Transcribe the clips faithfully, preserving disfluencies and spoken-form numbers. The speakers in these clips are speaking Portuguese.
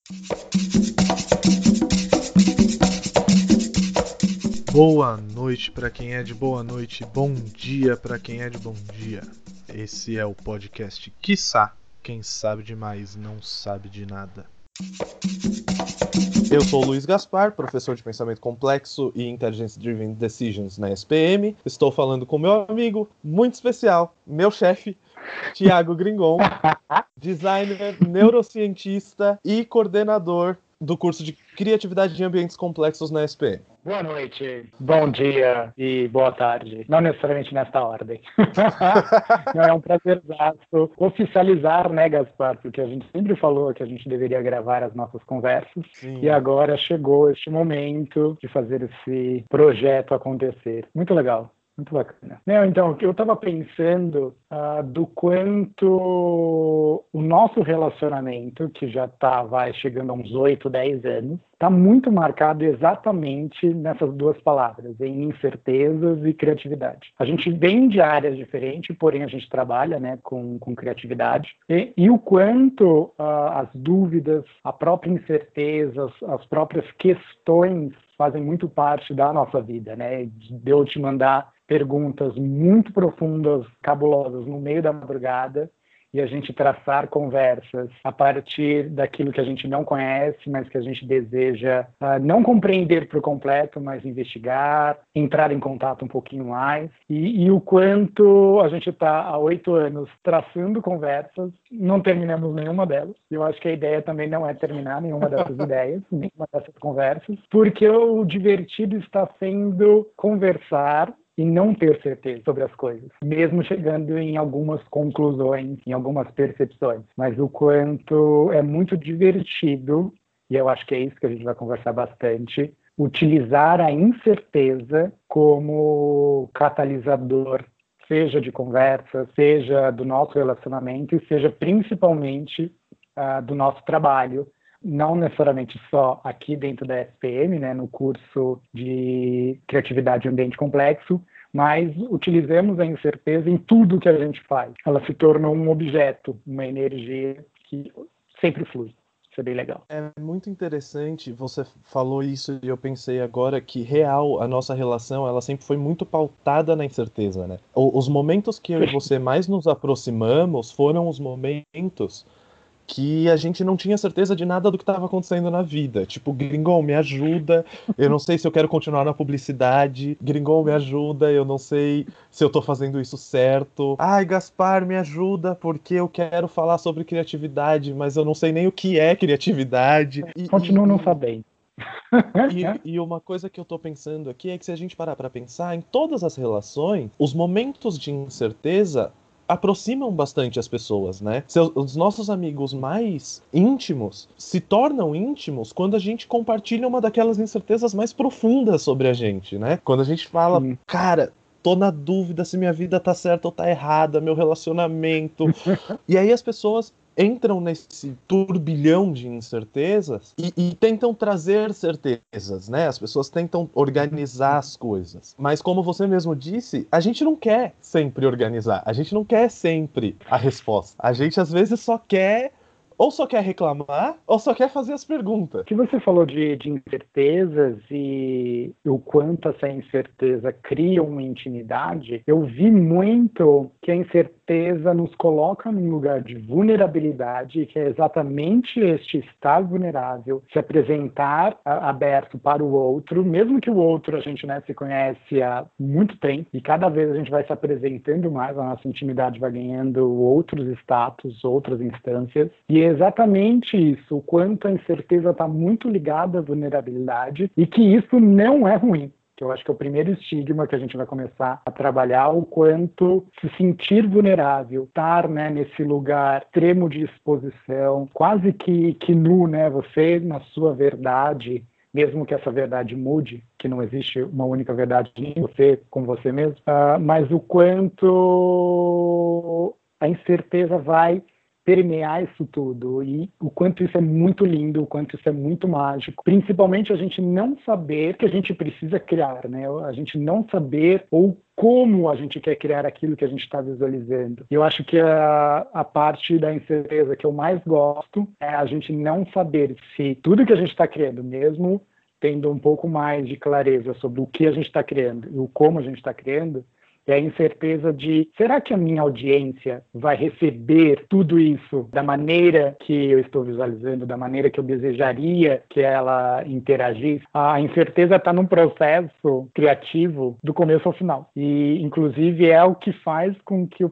Boa noite para quem é de boa noite, bom dia para quem é de bom dia. Esse é o podcast Quiçá, quem sabe demais não sabe de nada. Eu sou o Luiz Gaspar, professor de Pensamento Complexo e Intelligence Driven Decisions na S P M. Estou falando com meu amigo muito especial, meu chefe, Thiago Gringon, designer, neurocientista e coordenador do curso de Criatividade de Ambientes Complexos na S P M. Boa noite, bom dia e boa tarde. Não necessariamente nesta ordem. Não, é um prazerzaço oficializar, né, Gaspar? Porque a gente sempre falou que a gente deveria gravar as nossas conversas. Sim. E agora chegou este momento de fazer esse projeto acontecer. Muito legal. Muito bacana. Não, então, eu estava pensando uh, do quanto o nosso relacionamento, que já está chegando a uns oito, dez anos, está muito marcado exatamente nessas duas palavras, em incertezas e criatividade. A gente vem de áreas diferentes, porém a gente trabalha, né, com, com criatividade, e, e o quanto uh, as dúvidas, a própria incerteza, as, as próprias questões fazem muito parte da nossa vida, né? De eu te mandar perguntas muito profundas, cabulosas, no meio da madrugada, e a gente traçar conversas a partir daquilo que a gente não conhece, mas que a gente deseja uh, não compreender por completo, mas investigar, entrar em contato um pouquinho mais. E, e o quanto a gente está há oito anos traçando conversas, não terminamos nenhuma delas. Eu acho que a ideia também não é terminar nenhuma dessas ideias, nenhuma dessas conversas, porque o divertido está sendo conversar e não ter certeza sobre as coisas, mesmo chegando em algumas conclusões, em algumas percepções. Mas o quanto é muito divertido, e eu acho que é isso que a gente vai conversar bastante, utilizar a incerteza como catalisador, seja de conversa, seja do nosso relacionamento e seja principalmente uh, do nosso trabalho, não necessariamente só aqui dentro da S P M, né, no curso de Criatividade e Ambiente Complexo, mas utilizemos a incerteza em tudo que a gente faz. Ela se torna um objeto, uma energia que sempre flui. Isso é bem legal. É muito interessante, você falou isso e eu pensei agora que, real, a nossa relação, ela sempre foi muito pautada na incerteza, né? Os momentos que eu e você mais nos aproximamos foram os momentos que a gente não tinha certeza de nada do que estava acontecendo na vida. Tipo, Gringon, me ajuda, eu não sei se eu quero continuar na publicidade. Gringon, me ajuda, eu não sei se eu tô fazendo isso certo. Ai, Gaspar, me ajuda, porque eu quero falar sobre criatividade, mas eu não sei nem o que é criatividade. E, Continuo e, não sabendo. E, e uma coisa que eu tô pensando aqui é que se a gente parar pra pensar, em todas as relações, os momentos de incerteza aproximam bastante as pessoas, né? Os nossos amigos mais íntimos se tornam íntimos quando a gente compartilha uma daquelas incertezas mais profundas sobre a gente, né? Quando a gente fala, Sim. cara, tô na dúvida se minha vida tá certa ou tá errada, meu relacionamento. E aí as pessoas entram nesse turbilhão de incertezas e, e tentam trazer certezas, né? As pessoas tentam organizar as coisas. Mas como você mesmo disse, a gente não quer sempre organizar. A gente não quer sempre a resposta. A gente às vezes só quer... ou só quer reclamar, ou só quer fazer as perguntas. O que você falou de, de incertezas e o quanto essa incerteza cria uma intimidade, eu vi muito que a incerteza nos coloca num lugar de vulnerabilidade, que é exatamente este estar vulnerável, se apresentar a, aberto para o outro, mesmo que o outro a gente, né, se conhece há muito tempo, e cada vez a gente vai se apresentando mais, a nossa intimidade vai ganhando outros status, outras instâncias, e exatamente isso, o quanto a incerteza está muito ligada à vulnerabilidade e que isso não é ruim. Que eu acho que é o primeiro estigma que a gente vai começar a trabalhar, o quanto se sentir vulnerável, estar, né, nesse lugar extremo de exposição, quase que, que nu, né, você na sua verdade, mesmo que essa verdade mude, que não existe uma única verdade em você, com você mesmo, uh, mas o quanto a incerteza vai permear isso tudo, e o quanto isso é muito lindo, o quanto isso é muito mágico, principalmente a gente não saber que a gente precisa criar, né? A gente não saber ou como a gente quer criar aquilo que a gente está visualizando. Eu acho que a, a parte da incerteza que eu mais gosto é a gente não saber se tudo que a gente está criando, mesmo tendo um pouco mais de clareza sobre o que a gente está criando e o como a gente está criando, é a incerteza de, será que a minha audiência vai receber tudo isso da maneira que eu estou visualizando, da maneira que eu desejaria que ela interagisse? A incerteza está num processo criativo do começo ao final. E, inclusive, é o que faz com que o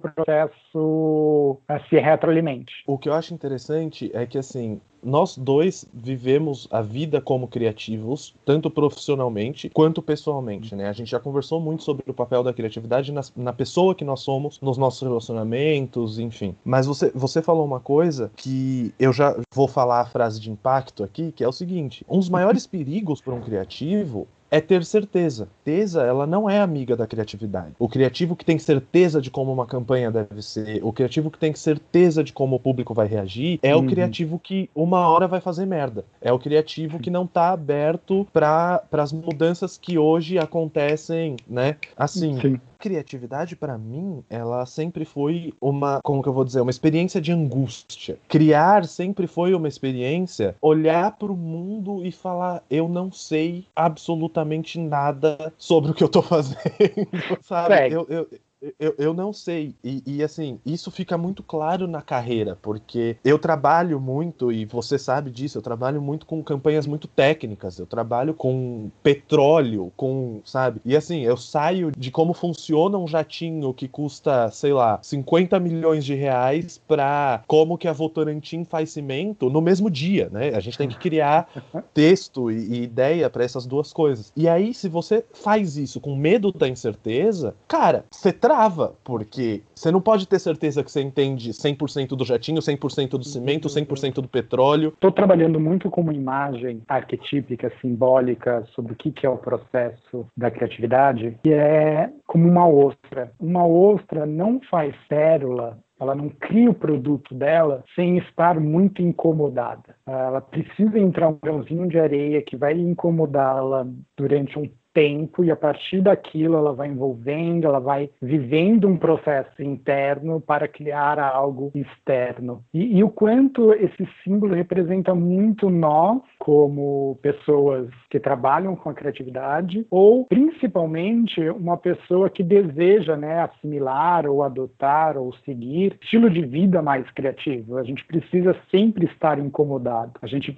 processo se retroalimente. O que eu acho interessante é que, assim, nós dois vivemos a vida como criativos, tanto profissionalmente quanto pessoalmente, né? A gente já conversou muito sobre o papel da criatividade na, na pessoa que nós somos, nos nossos relacionamentos, enfim. Mas você, você falou uma coisa que eu já vou falar a frase de impacto aqui, que é o seguinte: um dos maiores perigos para um criativo é ter certeza. Certeza, ela não é amiga da criatividade. O criativo que tem certeza de como uma campanha deve ser, o criativo que tem certeza de como o público vai reagir, é uhum. o criativo que uma hora vai fazer merda. É o criativo que não tá aberto para as mudanças que hoje acontecem, né? Assim, Sim. criatividade, para mim, ela sempre foi uma, como que eu vou dizer, uma experiência de angústia. Criar sempre foi uma experiência, olhar para o mundo e falar, eu não sei absolutamente nada sobre o que eu tô fazendo, sabe? Eu, eu, eu, eu não sei. E, e, assim, isso fica muito claro na carreira, porque eu trabalho muito, e você sabe disso, eu trabalho muito com campanhas muito técnicas, eu trabalho com petróleo, com, sabe? E assim, eu saio de como funciona um jatinho que custa, sei lá, cinquenta milhões de reais pra como que a Votorantim faz cimento no mesmo dia, né? A gente tem que criar texto e, e ideia para essas duas coisas. E aí, se você faz isso com medo da incerteza, cara, você trava, porque você não pode ter certeza que você entende cem por cento do jatinho, cem por cento do cimento, cem por cento do petróleo. Estou trabalhando muito com uma imagem arquetípica, simbólica, sobre o que é o processo da criatividade, que é como uma ostra. Uma ostra não faz pérola, ela não cria o produto dela sem estar muito incomodada. Ela precisa entrar um grãozinho de areia que vai incomodá-la durante um tempo, e a partir daquilo ela vai envolvendo, ela vai vivendo um processo interno para criar algo externo. E, e o quanto esse símbolo representa muito nós, como pessoas que trabalham com a criatividade, ou principalmente uma pessoa que deseja, né, assimilar ou adotar ou seguir estilo de vida mais criativo. A gente precisa sempre estar incomodado. A gente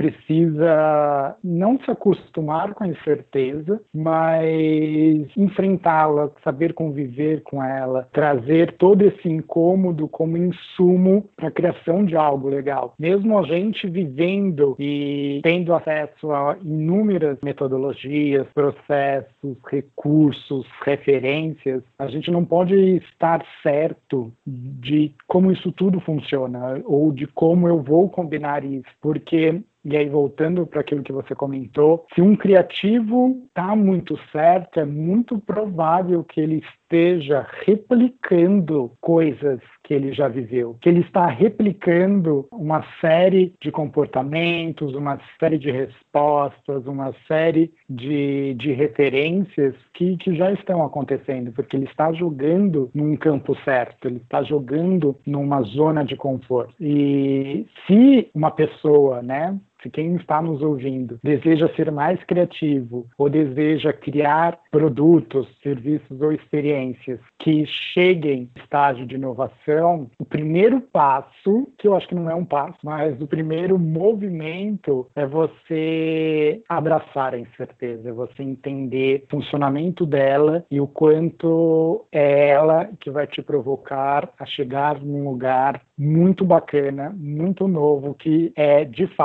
precisa não se acostumar com a incerteza, mas mas enfrentá-la, saber conviver com ela, trazer todo esse incômodo como insumo para a criação de algo legal. Mesmo a gente vivendo e tendo acesso a inúmeras metodologias, processos, recursos, referências, a gente não pode estar certo de como isso tudo funciona ou de como eu vou combinar isso, porque... E aí, voltando para aquilo que você comentou, se um criativo está muito certo, é muito provável que ele esteja replicando coisas que ele já viveu, que ele está replicando uma série de comportamentos, uma série de respostas, uma série de, de referências que, que já estão acontecendo, porque ele está jogando num campo certo, ele está jogando numa zona de conforto. E se uma pessoa, né, se quem está nos ouvindo deseja ser mais criativo ou deseja criar produtos, serviços ou experiências que cheguem ao estágio de inovação, o primeiro passo, que eu acho que não é um passo, mas o primeiro movimento é você abraçar a incerteza, é você entender o funcionamento dela e o quanto é ela que vai te provocar a chegar num lugar muito bacana, muito novo, que é, de fato,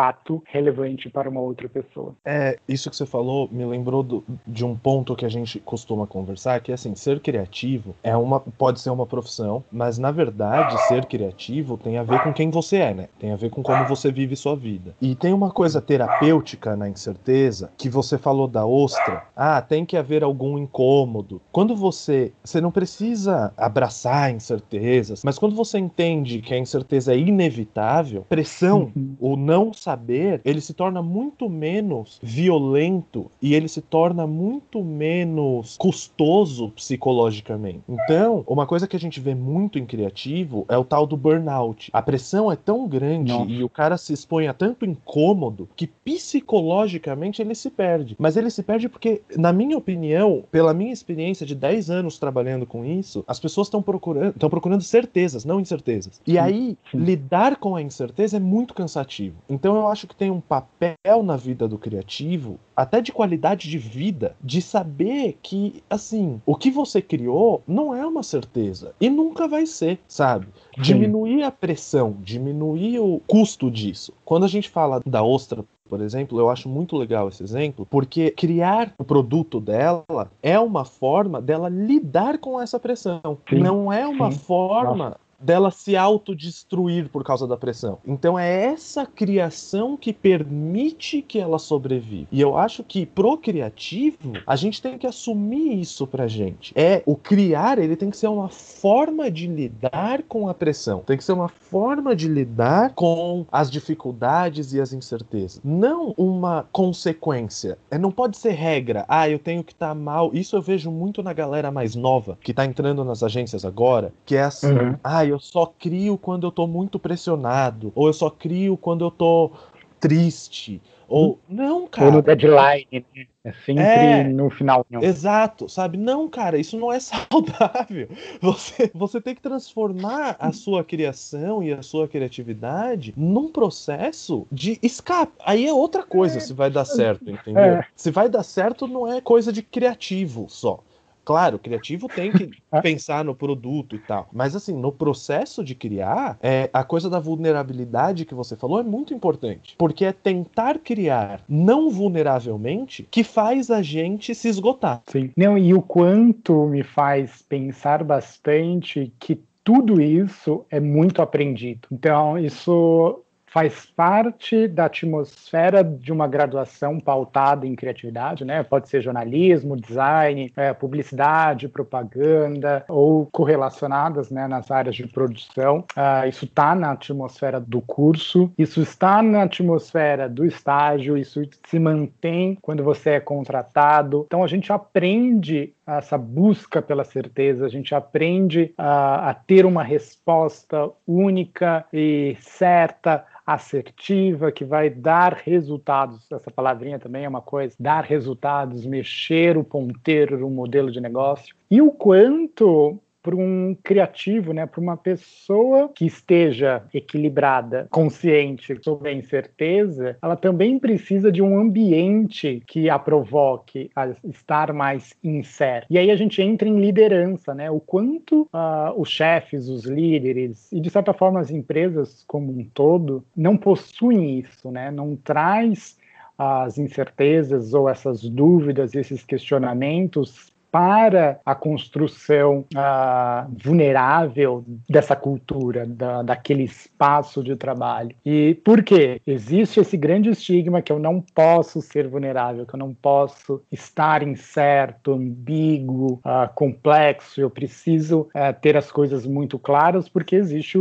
relevante para uma outra pessoa. É, isso que você falou me lembrou do, de um ponto que a gente costuma conversar, que é assim, ser criativo é uma, pode ser uma profissão, mas na verdade ser criativo tem a ver com quem você é, né? Tem a ver com como você vive sua vida. E tem uma coisa terapêutica na incerteza, que você falou da ostra, ah, tem que haver algum incômodo. Quando você, você não precisa abraçar incertezas, mas quando você entende que a incerteza é inevitável, pressão, Uhum. o não saber, ele se torna muito menos violento e ele se torna muito menos custoso psicologicamente. Então, uma coisa que a gente vê muito em criativo é o tal do burnout. A pressão é tão grande Nossa. e o cara se expõe a tanto incômodo que psicologicamente ele se perde. Mas ele se perde porque, na minha opinião, pela minha experiência de dez anos trabalhando com isso, as pessoas estão procurando, estão procurando certezas, não incertezas. E Sim, aí, sim. lidar com a incerteza é muito cansativo. Então eu acho que tem um papel na vida do criativo, até de qualidade de vida, de saber que, assim, o que você criou não é uma certeza. E nunca vai ser, sabe? Sim. Diminuir a pressão, diminuir o custo disso. Quando a gente fala da ostra, por exemplo, eu acho muito legal esse exemplo, porque criar o produto dela é uma forma dela lidar com essa pressão. Sim, não é uma sim. forma Nossa. dela se autodestruir por causa da pressão. Então é essa criação que permite que ela sobreviva. E eu acho que pro criativo, a gente tem que assumir isso pra gente. É, o criar, ele tem que ser uma forma de lidar com a pressão. Tem que ser uma forma de lidar com as dificuldades e as incertezas. Não uma consequência. É, não pode ser regra. Ah, eu tenho que estar tá mal. Isso eu vejo muito na galera mais nova, que tá entrando nas agências agora, que é assim, Uhum. ah, eu só crio quando eu tô muito pressionado, ou eu só crio quando eu tô triste, ou... Não, cara. Ou no deadline, né? É sempre É, no final. exato, sabe? Não, cara, isso não é saudável. Você, você tem que transformar a sua criação e a sua criatividade num processo de escape. Aí é outra coisa se vai dar certo, entendeu? É. Se vai dar certo não é coisa de criativo só. Claro, o criativo tem que pensar no produto e tal. Mas, assim, no processo de criar, é, a coisa da vulnerabilidade que você falou é muito importante. Porque é tentar criar não vulneravelmente que faz a gente se esgotar. Sim. Não, e o quanto me faz pensar bastante que tudo isso é muito aprendido. Então, isso faz parte da atmosfera de uma graduação pautada em criatividade, né? Pode ser jornalismo, design, é, publicidade, propaganda, ou correlacionadas, né, nas áreas de produção. Uh, isso está na atmosfera do curso, isso está na atmosfera do estágio, isso se mantém quando você é contratado. Então, a gente aprende essa busca pela certeza, a gente aprende uh, a ter uma resposta única e certa, assertiva, que vai dar resultados. Essa palavrinha também é uma coisa, dar resultados, mexer o ponteiro no modelo de negócio. E o quanto para um criativo, né, para uma pessoa que esteja equilibrada, consciente sobre a incerteza, ela também precisa de um ambiente que a provoque a estar mais incerto. E aí a gente entra em liderança, né? O quanto uh, os chefes, os líderes e, de certa forma, as empresas como um todo não possuem isso, né? Não traz as incertezas ou essas dúvidas, esses questionamentos para a construção uh, vulnerável dessa cultura, da, daquele espaço de trabalho. E por quê? Existe esse grande estigma que eu não posso ser vulnerável, que eu não posso estar incerto, ambíguo, uh, complexo, eu preciso uh, ter as coisas muito claras, porque existe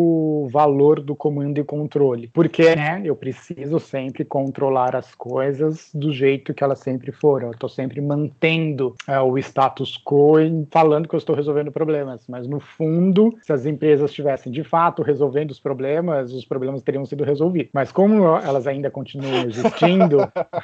o valor do comando e controle. Porque, né, eu preciso sempre controlar as coisas do jeito que elas sempre foram. Eu estou sempre mantendo uh, o status quo e falando que eu estou resolvendo problemas, mas no fundo, se as empresas estivessem de fato resolvendo os problemas, os problemas teriam sido resolvidos. Mas como elas ainda continuam existindo,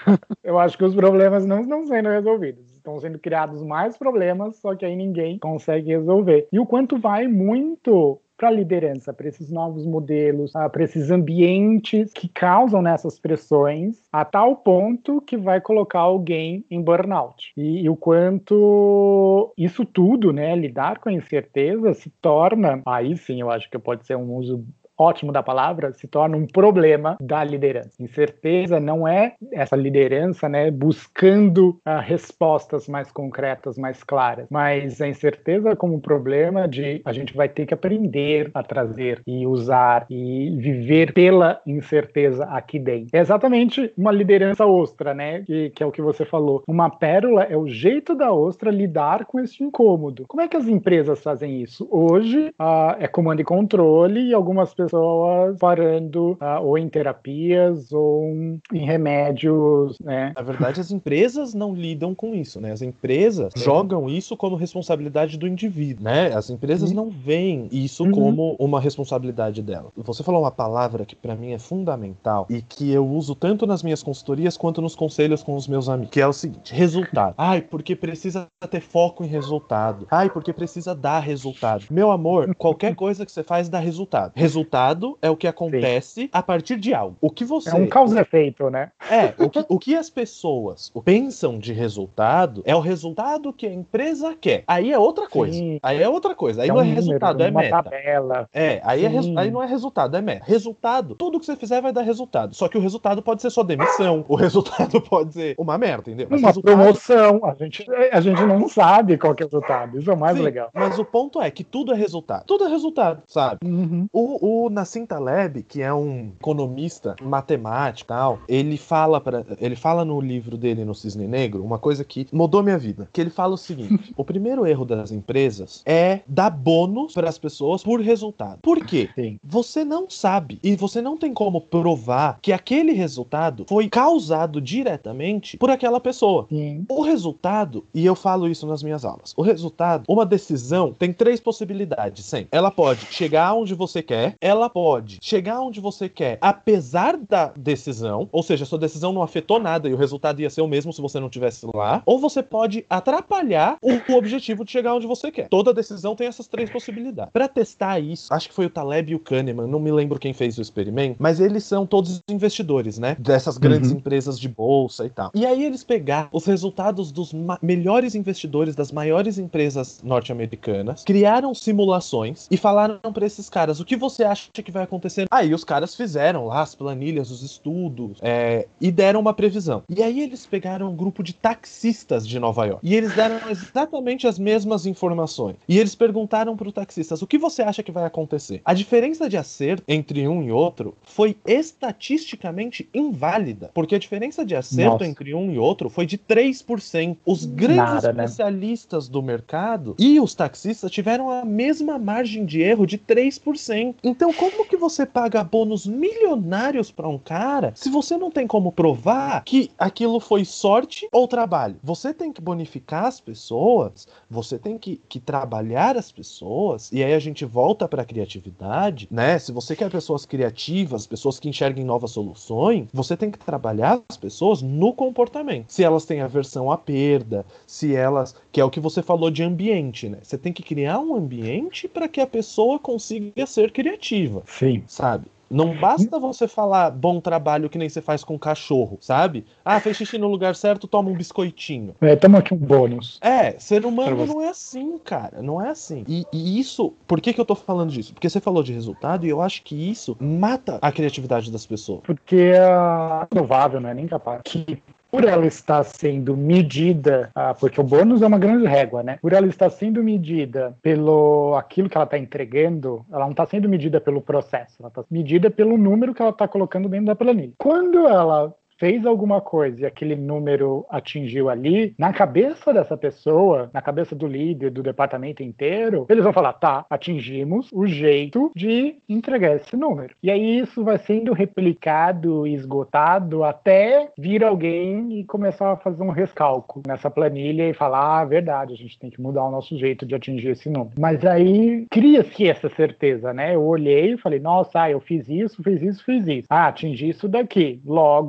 eu acho que os problemas não estão sendo resolvidos. Estão sendo criados mais problemas, só que aí ninguém consegue resolver. E o quanto vai muito para a liderança, para esses novos modelos, para esses ambientes que causam nessas pressões a tal ponto que vai colocar alguém em burnout. E, e o quanto isso tudo, né, lidar com a incerteza se torna, aí sim eu acho que pode ser um uso ótimo da palavra, se torna um problema da liderança. Incerteza não é essa liderança, né, buscando uh, respostas mais concretas, mais claras, mas a incerteza como problema de a gente vai ter que aprender a trazer e usar e viver pela incerteza aqui dentro. É exatamente uma liderança ostra, né, que, que é o que você falou. Uma pérola é o jeito da ostra lidar com esse incômodo. Como é que as empresas fazem isso? Hoje uh, é comando e controle e algumas pessoas parando uh, ou em terapias ou em remédios, né? Na verdade, as empresas não lidam com isso, né? As empresas Sim. jogam isso como responsabilidade do indivíduo, né? As empresas Sim. não veem isso uhum. como uma responsabilidade dela. Você falou uma palavra que para mim é fundamental e que eu uso tanto nas minhas consultorias quanto nos conselhos com os meus amigos, que é o seguinte: resultado. Ai, porque precisa ter foco em resultado. Ai, porque precisa dar resultado. Meu amor, qualquer coisa que você faz dá resultado. Resultado é o que acontece Sim. a partir de algo. O que você... É um causa e efeito, né? É, o que, o que as pessoas pensam de resultado é o resultado que a empresa quer. Aí é outra coisa. Sim. Aí é outra coisa. Aí é não um é resultado, número, é meta. Tabela. É, aí, é resu... aí não é resultado, é meta. Resultado, tudo que você fizer vai dar resultado. Só que o resultado pode ser sua demissão. O resultado pode ser uma merda, entendeu? Mas uma resultado... promoção. A gente, a gente não sabe qual que é o resultado. Isso é o mais Sim, legal. Mas o ponto é que tudo é resultado. Tudo é resultado, sabe? Uhum. O, o Nassim Taleb, que é um economista, matemático e tal, ele fala, pra, ele fala no livro dele, no Cisne Negro, uma coisa que mudou minha vida. Que ele fala o seguinte: o primeiro erro das empresas é dar bônus para as pessoas por resultado. Por quê? Sim. Você não sabe e você não tem como provar que aquele resultado foi causado diretamente por aquela pessoa. Sim. O resultado, e eu falo isso nas minhas aulas, o resultado, uma decisão tem três possibilidades sempre. Ela pode chegar onde você quer, ela pode chegar onde você quer apesar da decisão, ou seja, a sua decisão não afetou nada e o resultado ia ser o mesmo se você não estivesse lá, ou você pode atrapalhar o, o objetivo de chegar onde você quer. Toda decisão tem essas três possibilidades. Para testar isso, acho que foi o Taleb e o Kahneman, não me lembro quem fez o experimento, mas eles são todos investidores, né? Dessas grandes uhum. empresas de bolsa e tal. E aí eles pegaram os resultados dos melhores investidores das maiores empresas norte-americanas, criaram simulações e falaram para esses caras: o que você acha que vai acontecer? Aí os caras fizeram lá as planilhas, os estudos, é, e deram uma previsão. E aí eles pegaram um grupo de taxistas de Nova York e eles deram exatamente as mesmas informações. E eles perguntaram para os taxistas: o que você acha que vai acontecer? A diferença de acerto entre um e outro foi estatisticamente inválida, porque a diferença de acerto Nossa. entre um e outro foi de três por cento. Os grandes Nada, especialistas né? do mercado e os taxistas tiveram a mesma margem de erro de três por cento. Então, como que você paga bônus milionários para um cara se você não tem como provar que aquilo foi sorte ou trabalho? Você tem que bonificar as pessoas, você tem que, que trabalhar as pessoas, e aí a gente volta para a criatividade, né? Se você quer pessoas criativas, pessoas que enxerguem novas soluções, você tem que trabalhar as pessoas no comportamento. Se elas têm aversão à perda, se elas... que é o que você falou de ambiente, né? Você tem que criar um ambiente para que a pessoa consiga ser criativa. Sim. Sabe? Não basta você falar bom trabalho que nem você faz com cachorro, sabe? Ah, fez xixi no lugar certo, toma um biscoitinho. É, toma aqui um bônus. É, ser humano não é assim, cara. Não é assim. E, e isso, por que que eu tô falando disso? Porque você falou de resultado e eu acho que isso mata a criatividade das pessoas. Porque é provável, não é nem capaz, que por ela estar sendo medida, ah, porque o bônus é uma grande régua, né? Por ela estar sendo medida pelo aquilo que ela está entregando, ela não está sendo medida pelo processo, ela está medida pelo número que ela está colocando dentro da planilha. Quando ela fez alguma coisa e aquele número atingiu ali, na cabeça dessa pessoa, na cabeça do líder, do departamento inteiro, eles vão falar: tá, atingimos o jeito de entregar esse número. E aí isso vai sendo replicado e esgotado até vir alguém e começar a fazer um rescalco nessa planilha e falar: ah, verdade, a gente tem que mudar o nosso jeito de atingir esse número. Mas aí cria-se essa certeza, né? Eu olhei e falei: nossa, ah, eu fiz isso, fiz isso, fiz isso. Ah, atingi isso daqui. Logo, se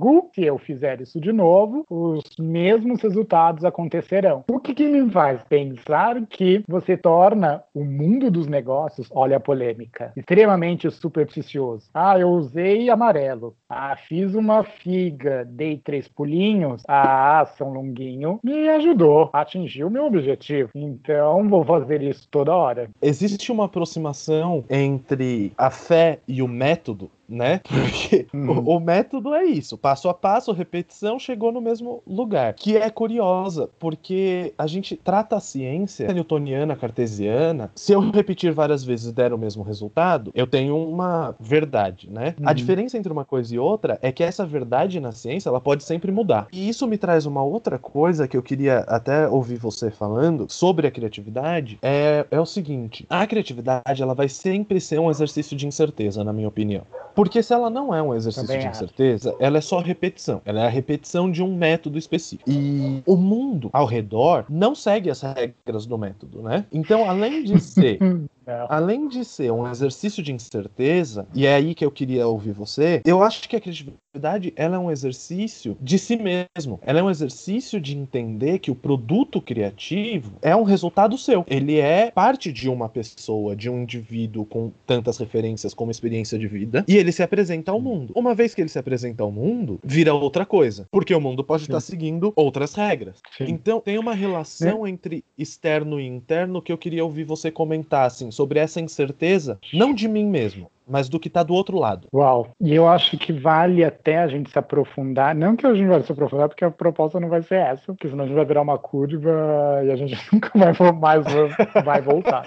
eu fizer isso de novo, os mesmos resultados acontecerão. O que, que me faz pensar que você torna o mundo dos negócios, olha a polêmica, extremamente supersticioso. Ah, eu usei amarelo. Ah, fiz uma figa, dei três pulinhos. Ah, São Longuinho me ajudou a atingir o meu objetivo. Então, vou fazer isso toda hora. Existe uma aproximação entre a fé e o método, né? Porque hum. o, o método é isso, passo a passo, repetição, chegou no mesmo lugar. Que é curiosa, porque a gente trata a ciência newtoniana, cartesiana, se eu repetir várias vezes e der o mesmo resultado, eu tenho uma verdade, né? Uhum. A diferença entre uma coisa e outra é que essa verdade na ciência, ela pode sempre mudar. E isso me traz uma outra coisa que eu queria até ouvir você falando sobre a criatividade, é, é o seguinte, a criatividade, ela vai sempre ser um exercício de incerteza, na minha opinião. Porque se ela não é um exercício Também de incerteza, acho. ela é só repetição. Ela é a repetição de um método específico. E o mundo ao redor não segue as regras do método, né? Então, além de ser... Além de ser um exercício de incerteza, e é aí que eu queria ouvir você, eu acho que a criatividade, ela é um exercício de si mesmo. Ela é um exercício de entender que o produto criativo é um resultado seu. Ele é parte de uma pessoa, de um indivíduo com tantas referências como experiência de vida, e ele se apresenta ao mundo. Uma vez que ele se apresenta ao mundo, vira outra coisa, porque o mundo pode Sim. estar seguindo outras regras. Sim. Então, tem uma relação é. entre externo e interno que eu queria ouvir você comentar, assim, sobre essa incerteza, não de mim mesmo, mas do que está do outro lado. Uau! E eu acho que vale até a gente se aprofundar, não que a gente vai se aprofundar, porque a proposta não vai ser essa, porque senão a gente vai virar uma curva e a gente nunca vai mais vai voltar.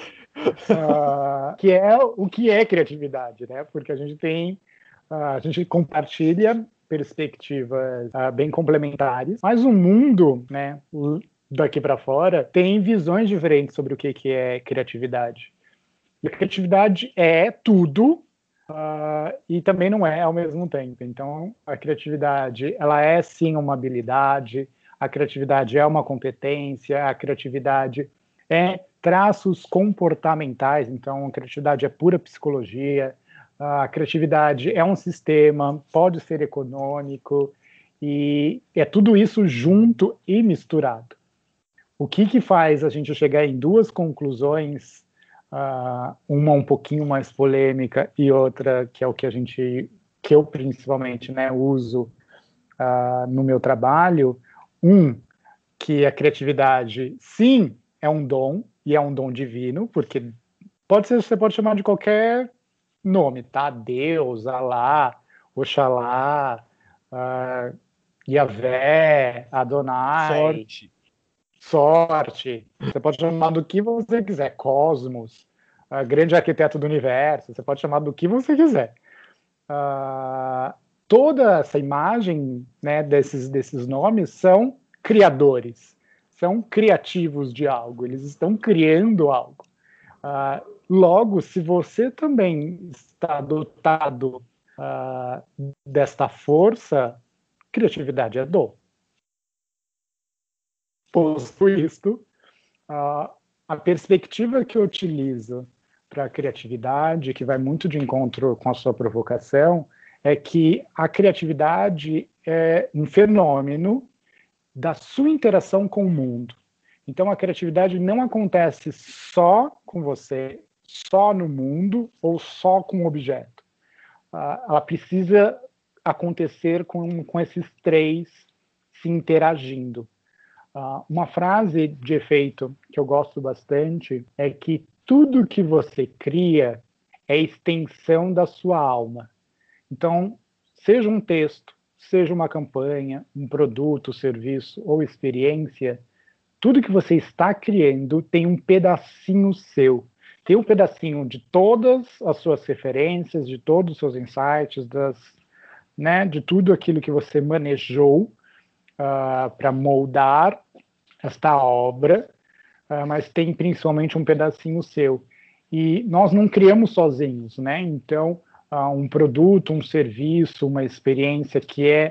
Uh, que é o que é criatividade, né? Porque a gente tem, uh, a gente compartilha perspectivas uh, bem complementares, mas o mundo, né, daqui para fora, tem visões diferentes sobre o que, que é criatividade. E a criatividade é tudo uh, e também não é ao mesmo tempo. Então, a criatividade, ela é sim uma habilidade, a criatividade é uma competência, a criatividade é traços comportamentais, então a criatividade é pura psicologia, a criatividade é um sistema, pode ser econômico, e é tudo isso junto e misturado. O que que faz a gente chegar em duas conclusões, uh, uma um pouquinho mais polêmica e outra que é o que a gente, que eu principalmente, né, uso uh, no meu trabalho, um, que a criatividade, sim, é um dom, e é um dom divino, porque pode ser, você pode chamar de qualquer nome, tá? Deus, Alá, Oxalá, uh, Yahvé, Adonai. Sorte. Sorte. Você pode chamar do que você quiser. Cosmos, uh, grande arquiteto do universo. Você pode chamar do que você quiser. Uh, toda essa imagem, né, desses, desses nomes são criadores. São criativos de algo, eles estão criando algo. Uh, logo, se você também está dotado uh, desta força, criatividade é dom. Posto isto, uh, a perspectiva que eu utilizo para a criatividade, que vai muito de encontro com a sua provocação, é que a criatividade é um fenômeno da sua interação com o mundo. Então, a criatividade não acontece só com você, só no mundo ou só com o objeto. Uh, ela precisa acontecer com, com esses três se interagindo. Uh, uma frase de efeito que eu gosto bastante é que tudo que você cria é extensão da sua alma. Então, seja um texto, seja uma campanha, um produto, serviço ou experiência, tudo que você está criando tem um pedacinho seu. Tem um pedacinho de todas as suas referências, de todos os seus insights, das, né, de tudo aquilo que você manejou uh, para moldar esta obra, uh, mas tem principalmente um pedacinho seu. E nós não criamos sozinhos, né? Então, uh, um produto, um serviço, uma experiência que é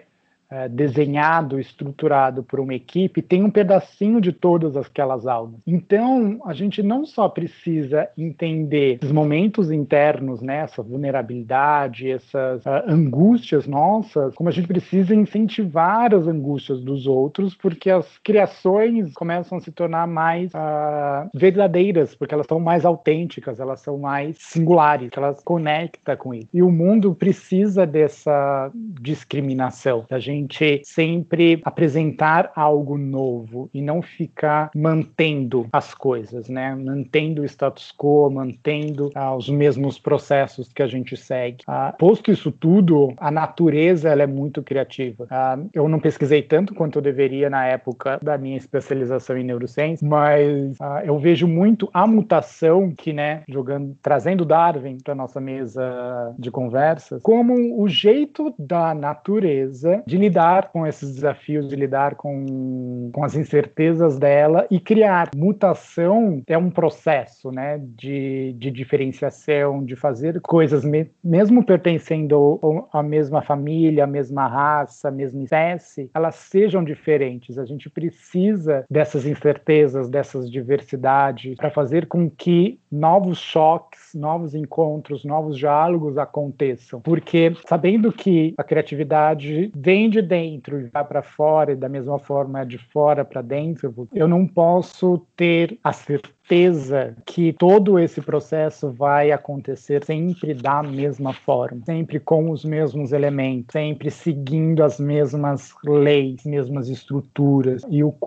é, desenhado, estruturado por uma equipe, tem um pedacinho de todas aquelas almas. Então, a gente não só precisa entender os momentos internos, né, essa vulnerabilidade, essas uh, angústias nossas, como a gente precisa incentivar as angústias dos outros, porque as criações começam a se tornar mais uh, verdadeiras, porque elas são mais autênticas, elas são mais singulares, elas conectam com isso. E o mundo precisa dessa discriminação, da gente sempre apresentar algo novo e não ficar mantendo as coisas, né? Mantendo o status quo, mantendo ah, os mesmos processos que a gente segue. Ah, posto isso tudo, a natureza ela é muito criativa. Ah, eu não pesquisei tanto quanto eu deveria na época da minha especialização em neurociência, mas ah, eu vejo muito a mutação que, né, jogando, trazendo Darwin para nossa mesa de conversas, como o jeito da natureza de lidar com esses desafios, de lidar com, com as incertezas dela e criar. Mutação é um processo, né, de, de diferenciação, de fazer coisas, me, mesmo pertencendo à mesma família, à mesma raça, à mesma espécie, elas sejam diferentes. A gente precisa dessas incertezas, dessas diversidades, para fazer com que novos choques, novos encontros, novos diálogos aconteçam. Porque sabendo que a criatividade vem de dentro e vai para fora, e da mesma forma é de fora para dentro, eu não posso ter a certeza que todo esse processo vai acontecer sempre da mesma forma, sempre com os mesmos elementos, sempre seguindo as mesmas leis, mesmas estruturas, e o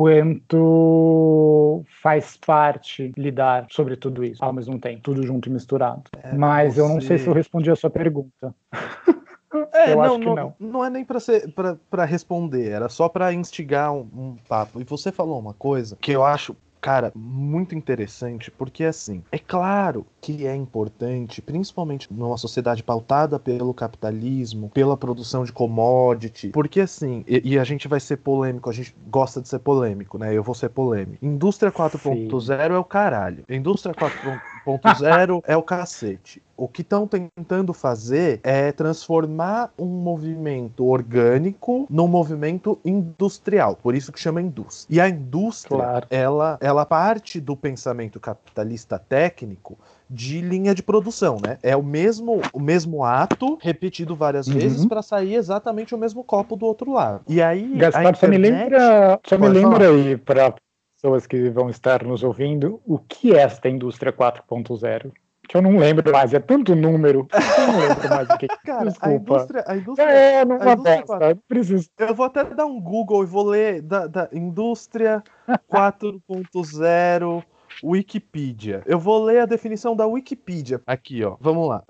quanto faz parte lidar sobre tudo isso ao mesmo tempo, tudo junto e misturado. É, Mas você... eu não sei se eu respondi a sua pergunta. É, eu não, acho que não, não. Não é nem para responder, era só para instigar um, um papo. E você falou uma coisa que eu acho, cara, muito interessante, porque assim, é claro que é importante, principalmente numa sociedade pautada pelo capitalismo, pela produção de commodity, porque assim, e, e a gente vai ser polêmico, a gente gosta de ser polêmico, né? Eu vou ser polêmico. Indústria quatro ponto zero é o caralho. Indústria quatro ponto zero é o cacete. O que estão tentando fazer é transformar um movimento orgânico num movimento industrial, por isso que chama indústria. E a indústria, claro. ela, ela parte do pensamento capitalista técnico de linha de produção, né? É o mesmo, o mesmo ato repetido várias uhum. vezes para sair exatamente o mesmo copo do outro lado. E aí, Gaspar, a internet... só me lembra, só me lembra aí para pessoas que vão estar nos ouvindo, o que é esta indústria quatro ponto zero? Que eu não lembro mais, é tanto número, eu não lembro mais o que. Cara, Desculpa. a indústria, a indústria, é, não a indústria bosta, preciso. Eu vou até dar um Google e vou ler da, da indústria quatro ponto zero Wikipedia. Eu vou ler a definição da Wikipedia. Aqui, ó. Vamos lá.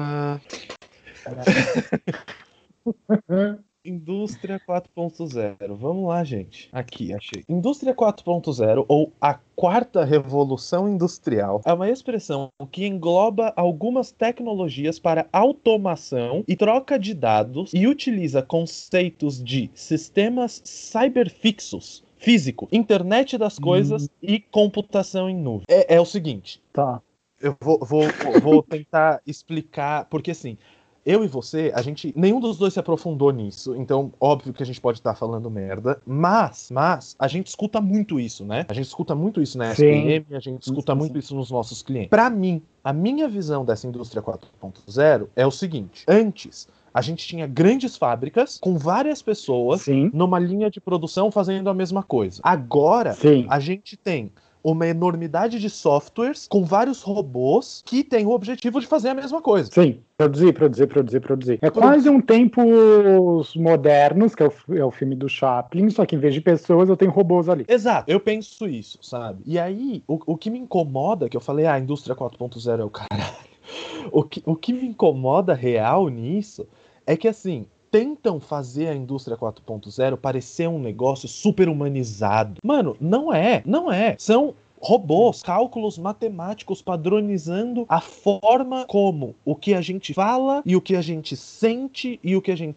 Uh... Indústria quatro ponto zero. Vamos lá, gente. Aqui, achei. Indústria quatro ponto zero, ou a quarta revolução industrial, é uma expressão que engloba algumas tecnologias para automação e troca de dados e utiliza conceitos de sistemas cyberfixos, físico, internet das coisas hum. e computação em nuvem. É, é o seguinte. Tá. Eu vou, vou, vou tentar explicar, porque assim... Eu e você, a gente, nenhum dos dois se aprofundou nisso, então óbvio que a gente pode estar falando merda, mas, mas a gente escuta muito isso, né? A gente escuta muito isso na S P M, a gente escuta sim, muito sim. isso nos nossos clientes. Para mim, a minha visão dessa indústria quatro ponto zero é o seguinte: antes a gente tinha grandes fábricas com várias pessoas sim. numa linha de produção fazendo a mesma coisa. Agora sim. a gente tem uma enormidade de softwares com vários robôs que têm o objetivo de fazer a mesma coisa. Sim, produzir, produzir, produzir, produzir. É quase um Tempos Modernos, que é o, é o filme do Chaplin, só que em vez de pessoas eu tenho robôs ali. Exato, eu penso isso, sabe? E aí, o, o que me incomoda, que eu falei, ah, a indústria quatro ponto zero é o caralho. O que, o que me incomoda real nisso é que, assim, tentam fazer a indústria quatro ponto zero parecer um negócio super humanizado. Mano, não é, não é. São robôs, cálculos matemáticos padronizando a forma como o que a gente fala e o que a gente sente e o que a gente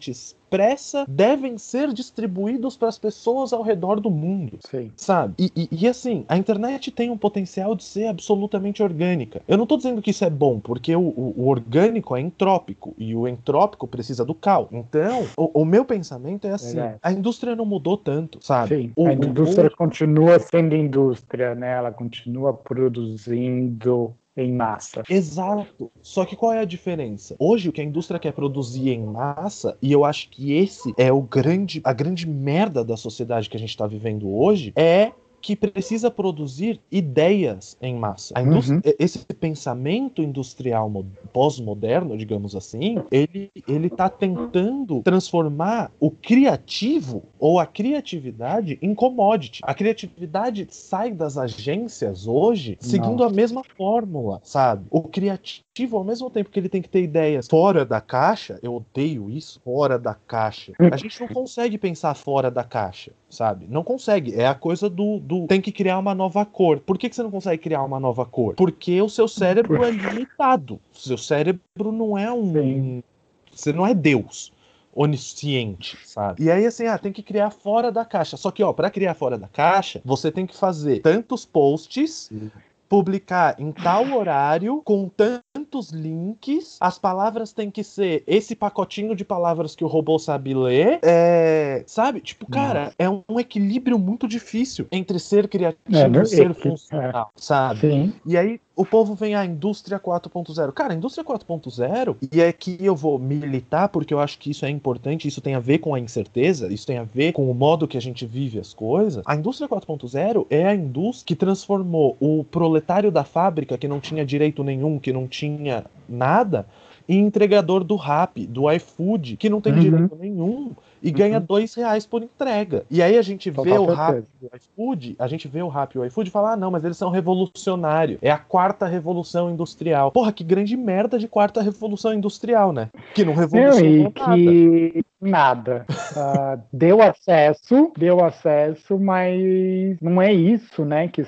pressa devem ser distribuídos para as pessoas ao redor do mundo. Sim. Sabe? E, e, e assim, a internet tem um potencial de ser absolutamente orgânica. Eu não tô dizendo que isso é bom, porque o, o, o orgânico é entrópico, e o entrópico precisa do cal. Então, o, o meu pensamento é assim, Verdade. a indústria não mudou tanto, sabe? Sim, O, a indústria o... continua sendo indústria, né? Ela continua produzindo em massa. Exato. Só que qual é a diferença? Hoje o que a indústria quer produzir em massa, e eu acho que esse é o grande, a grande merda da sociedade que a gente está vivendo hoje, é que precisa produzir ideias em massa. A indústria, Uhum. Esse pensamento industrial pós-moderno, digamos assim, ele ele está tentando transformar o criativo ou a criatividade em commodity. A criatividade sai das agências hoje seguindo Nossa. a mesma fórmula, sabe? O criativo, ao mesmo tempo que ele tem que ter ideias fora da caixa, eu odeio isso, fora da caixa. A gente não consegue pensar fora da caixa, sabe? Não consegue. É a coisa do Do, tem que criar uma nova cor. Por que, que você não consegue criar uma nova cor? Porque o seu cérebro é limitado. O seu cérebro não é um... um você não é Deus onisciente, sabe? E aí, assim, ah, tem que criar fora da caixa. Só que, ó, pra criar fora da caixa, você tem que fazer tantos posts, publicar em tal horário, com tantos links, as palavras têm que ser esse pacotinho de palavras que o robô sabe ler, é... sabe? Tipo, cara, Nossa. é um equilíbrio muito difícil entre ser criativo é, e ser é, funcional, é. sabe? Sim. E aí, o povo vem à indústria quatro ponto zero. Cara, a indústria quatro ponto zero, e é que eu vou militar, porque eu acho que isso é importante, isso tem a ver com a incerteza, isso tem a ver com o modo que a gente vive as coisas. A indústria quatro ponto zero é a indústria que transformou o proletário da fábrica, que não tinha direito nenhum, que não tinha nada, em entregador do Rappi, do iFood, que não tem uhum. direito nenhum, e ganha dois reais por entrega. E aí a gente vê Total o Rappi e o iFood, a gente vê o Rappi e o iFood e fala, ah, não, mas eles são revolucionários. É a quarta revolução industrial. Porra, que grande merda de quarta revolução industrial, né? Que não revolucionou não, e que... nada. Uh, deu acesso, deu acesso, mas não é isso, né, que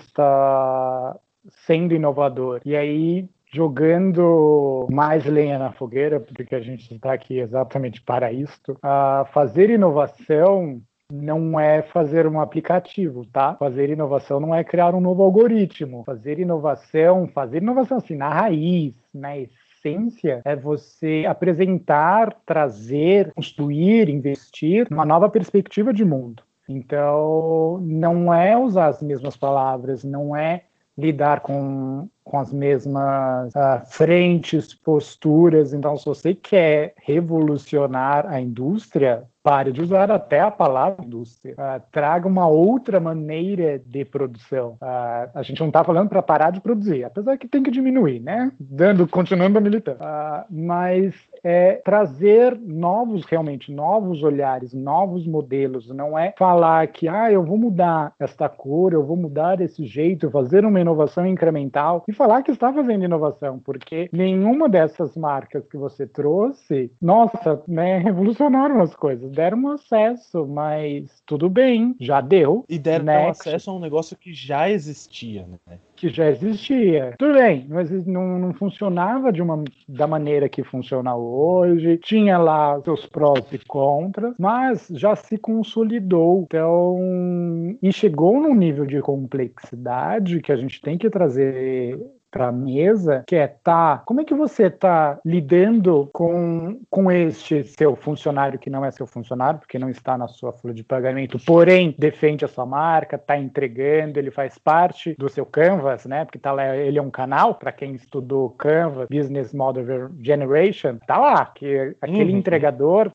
está sendo inovador. E aí, jogando mais lenha na fogueira, porque a gente está aqui exatamente para isto, uh, fazer inovação não é fazer um aplicativo, tá? Fazer inovação não é criar um novo algoritmo. Fazer inovação, fazer inovação assim, na raiz, na essência, é você apresentar, trazer, construir, investir numa nova perspectiva de mundo. Então, não é usar as mesmas palavras, não é lidar com, com as mesmas uh, frentes, posturas. Então, se você quer revolucionar a indústria, pare de usar até a palavra indústria. Uh, traga uma outra maneira de produção. Uh, a gente não está falando para parar de produzir, apesar que tem que diminuir, né? Dando, continuando a militar. Uh, mas é trazer novos, realmente, novos olhares, novos modelos. Não é falar que, ah, eu vou mudar esta cor, eu vou mudar esse jeito, fazer uma inovação incremental e falar que está fazendo inovação, porque nenhuma dessas marcas que você trouxe, nossa, né, revolucionaram as coisas, deram acesso, mas tudo bem, já deu. E deram Next. acesso a um negócio que já existia, né? Que já existia. Tudo bem, mas não, não funcionava de uma, da maneira que funciona hoje, tinha lá seus prós e contras, mas já se consolidou. Então, e chegou num nível de complexidade que a gente tem que trazer para a mesa, que é, tá, como é que você está lidando com, com este seu funcionário que não é seu funcionário, porque não está na sua folha de pagamento, porém defende a sua marca, está entregando, ele faz parte do seu Canvas, né, porque tá lá, ele é um canal, para quem estudou Canvas, Business Model Generation, tá lá, que aquele uhum. entregador,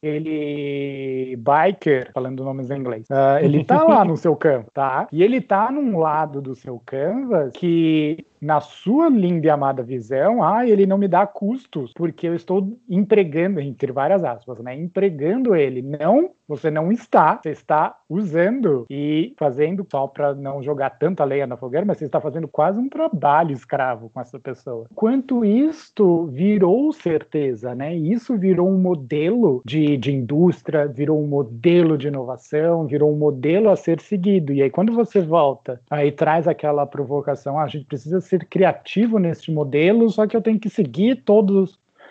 ele, biker, falando nomes em inglês, uh, ele tá lá no seu Canvas, tá, e ele tá num lado do seu Canvas que na sua linda e amada visão, ah, ele não me dá custos, porque eu estou empregando, entre várias aspas, né? Empregando ele. Não, você não está, você está usando e fazendo, só para não jogar tanta lenha na fogueira, mas você está fazendo quase um trabalho escravo com essa pessoa. Quanto isto virou certeza, né? Isso virou um modelo de, de indústria, virou um modelo de inovação, virou um modelo a ser seguido. E aí, quando você volta, aí traz aquela provocação, ah, a gente precisa ser criativo neste modelo, só que eu tenho que seguir todos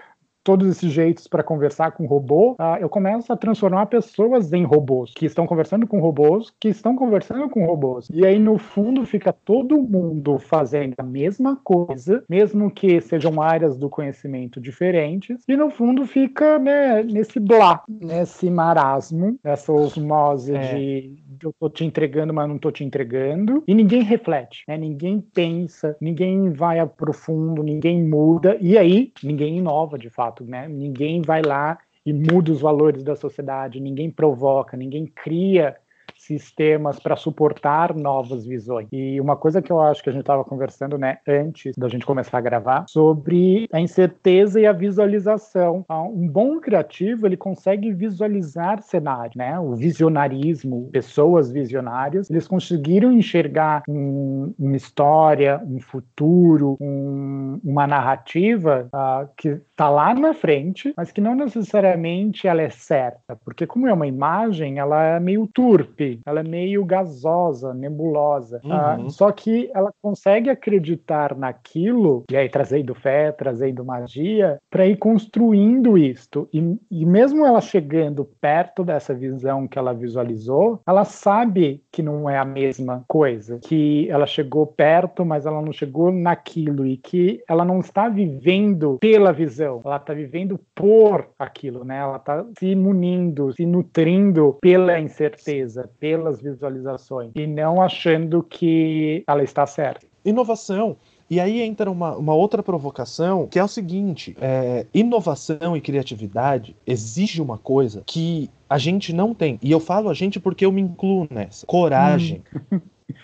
todos esses jeitos para conversar com robô, uh, eu começo a transformar pessoas em robôs, que estão conversando com robôs, que estão conversando com robôs. E aí, no fundo, fica todo mundo fazendo a mesma coisa, mesmo que sejam áreas do conhecimento diferentes, e no fundo fica, né, nesse blá, nesse marasmo, nessa osmose é. de eu tô te entregando, mas não tô te entregando, e ninguém reflete, né? Ninguém pensa, ninguém vai a profundo, ninguém muda, e aí ninguém inova de fato, né? Ninguém vai lá e muda os valores da sociedade, ninguém provoca, ninguém cria sistemas para suportar novas visões. E uma coisa que eu acho que a gente estava conversando, né, antes da gente começar a gravar, sobre a incerteza e a visualização. Um bom criativo, ele consegue visualizar cenário, né? O visionarismo, pessoas visionárias, eles conseguiram enxergar um, uma história, um futuro, um, uma narrativa uh, que está lá na frente, mas que não necessariamente ela é certa, porque como é uma imagem, ela é meio turpe, ela é meio gasosa, nebulosa. Uhum. Uh, só que ela consegue acreditar naquilo, e aí trazendo fé, trazendo magia, para ir construindo isto. E, e mesmo ela chegando perto dessa visão que ela visualizou, ela sabe que não é a mesma coisa, que ela chegou perto, mas ela não chegou naquilo, e que ela não está vivendo pela visão, ela está vivendo por aquilo, né? Ela está se munindo, se nutrindo pela incerteza, pelas visualizações, e não achando que ela está certa. Inovação. E aí entra uma, uma outra provocação, que é o seguinte, é, inovação e criatividade exige uma coisa que a gente não tem. E eu falo a gente porque eu me incluo nessa. Coragem. Hum.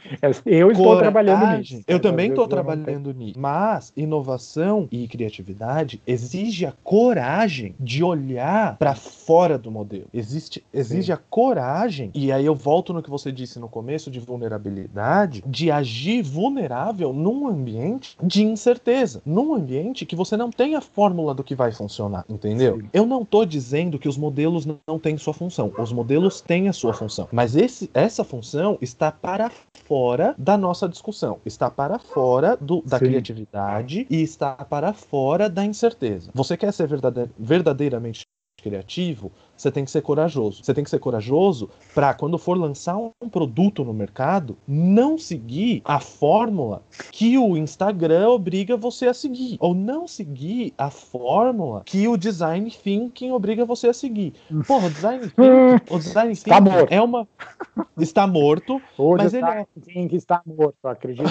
Eu estou Coragem. trabalhando nisso. Eu também estou trabalhando nisso. Mas inovação e criatividade exige a coragem de olhar para fora do modelo. Existe, exige Sim. a coragem, e aí eu volto no que você disse no começo de vulnerabilidade, de agir vulnerável num ambiente de incerteza, num ambiente que você não tem a fórmula do que vai funcionar, entendeu? Sim. Eu não estou dizendo que os modelos não têm sua função. Os modelos têm a sua função. Mas esse, essa função está para fora da nossa discussão, está para fora do, da Sim. criatividade e está para fora da incerteza. Você quer ser verdade, verdadeiramente criativo, você tem que ser corajoso. Você tem que ser corajoso para, quando for lançar um produto no mercado, não seguir a fórmula que o Instagram obriga você a seguir, ou não seguir a fórmula que o design thinking obriga você a seguir. Porra, o design thinking, o design thinking está morto. é uma está morto, o mas design ele é... thinking está morto, acredito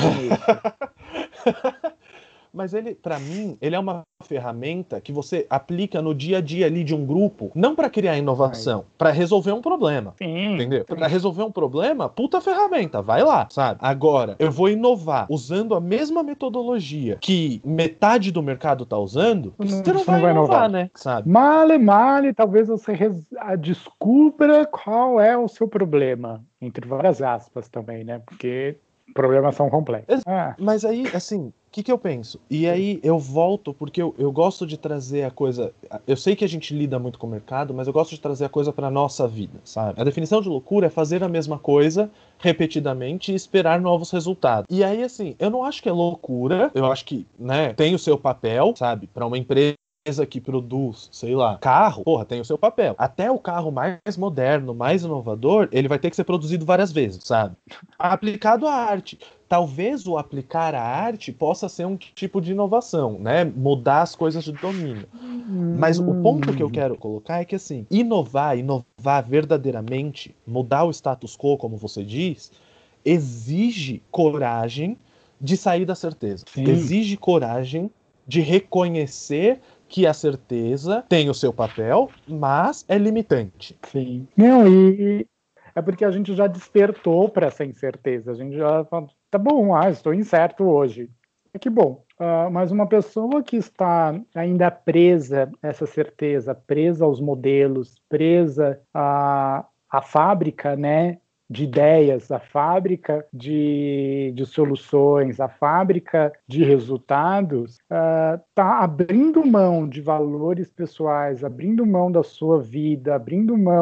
nisso. Mas ele, pra mim, ele é uma ferramenta que você aplica no dia a dia ali de um grupo, não pra criar inovação, pra resolver um problema. Sim, entendeu? sim. Pra resolver um problema, puta ferramenta, vai lá, sabe? Agora, eu vou inovar usando a mesma metodologia que metade do mercado tá usando, Não, você não você vai, não vai inovar, inovar, né? Sabe? Male, male, talvez você res... descubra qual é o seu problema, entre várias aspas também, né? Porque problemas são complexos. Ah. Mas aí, assim, o que, que eu penso? E aí eu volto, porque eu, eu gosto de trazer a coisa... Eu sei que a gente lida muito com o mercado, mas eu gosto de trazer a coisa pra nossa vida, sabe? A definição de loucura é fazer a mesma coisa repetidamente e esperar novos resultados. E aí, assim, eu não acho que é loucura, eu acho que, né, tem o seu papel, sabe? Pra uma empresa que produz, sei lá, carro, porra, tem o seu papel. Até o carro mais moderno, mais inovador, ele vai ter que ser produzido várias vezes, sabe? Aplicado à arte. Talvez o aplicar à arte possa ser um tipo de inovação, né? Mudar as coisas de domínio. Mas o ponto que eu quero colocar é que, assim, inovar, inovar verdadeiramente, mudar o status quo, como você diz, exige coragem de sair da certeza. Sim. Exige coragem de reconhecer que a certeza tem o seu papel, mas é limitante. Sim. Não, e é porque a gente já despertou para essa incerteza. A gente já fala, tá bom, ah, estou incerto hoje. É que bom. Uh, mas uma pessoa que está ainda presa a essa certeza, presa aos modelos, presa à, à fábrica, né, de ideias, a fábrica de, de soluções, a fábrica de resultados, está uh, abrindo mão de valores pessoais, abrindo mão da sua vida, abrindo mão